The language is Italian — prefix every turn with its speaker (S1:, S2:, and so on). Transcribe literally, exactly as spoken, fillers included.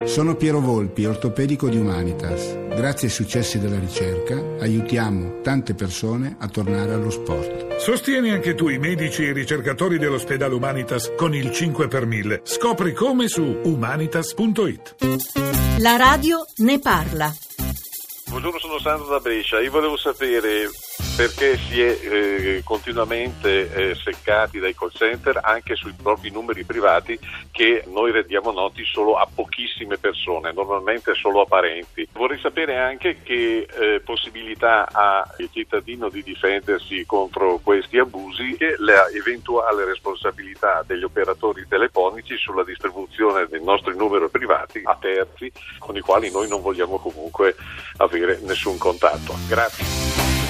S1: Sono Piero Volpi, ortopedico di Humanitas. Grazie ai successi della ricerca aiutiamo tante persone a tornare allo sport.
S2: Sostieni anche tu i medici e i ricercatori dell'ospedale Humanitas con il cinque per mille. Scopri come su humanitas punto it.
S3: La radio ne parla.
S4: Buongiorno, sono Sandro da Brescia. Io volevo sapere perché si è eh, continuamente eh, seccati dai call center anche sui propri numeri privati che noi rendiamo noti solo a pochissime persone, normalmente solo a parenti. Vorrei sapere anche che eh, possibilità ha il cittadino di difendersi contro questi abusi e la eventuale responsabilità degli operatori telefonici sulla distribuzione dei nostri numeri privati a terzi con i quali noi non vogliamo comunque avere nessun contatto. Grazie.